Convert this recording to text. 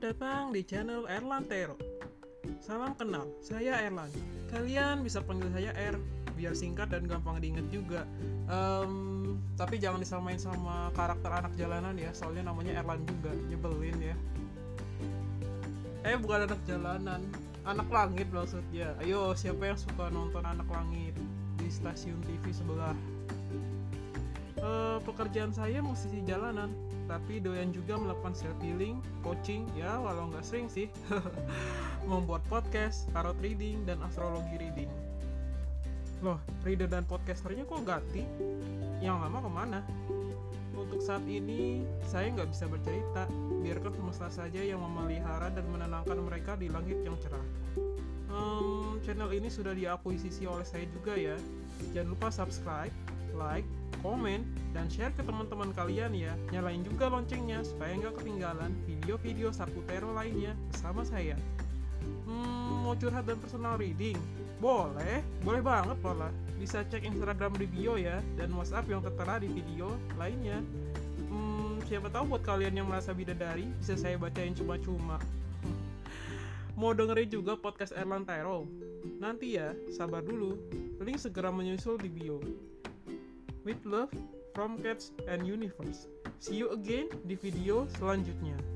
datang di channel Erlan Tero. Salam kenal, saya Erlan. Kalian bisa panggil saya R, biar singkat dan gampang diinget juga. Tapi jangan disamain sama karakter anak jalanan ya, soalnya namanya Erlan juga, nyebelin ya. Bukan anak jalanan, anak langit maksudnya. Ayo, siapa yang suka nonton anak langit di stasiun TV sebelah? Pekerjaan saya musisi jalanan, tapi doyan juga melakukan self healing, coaching, ya walau nggak sering sih. Membuat podcast, tarot reading, dan astrologi reading. Loh, reader dan podcasternya kok ganti? Yang lama kemana? Untuk saat ini, saya nggak bisa bercerita. Biarkan semesta saja yang memelihara dan menenangkan mereka di langit yang cerah. Channel ini sudah diakuisisi oleh saya juga ya. Jangan lupa subscribe, like, komen, dan share ke teman-teman kalian ya. Nyalain juga loncengnya supaya nggak ketinggalan video-video Sapu Tero lainnya bersama saya. Mau curhat dan personal reading? Boleh banget malah. Bisa cek Instagram di bio ya, dan WhatsApp yang tertera di video lainnya. Siapa tahu buat kalian yang merasa bidadari, bisa saya bacain cuma-cuma. Mau dengerin juga podcast Erlan Tero? Nanti ya, sabar dulu. Link segera menyusul di bio. With love from Cats and Universe. See you again di video selanjutnya.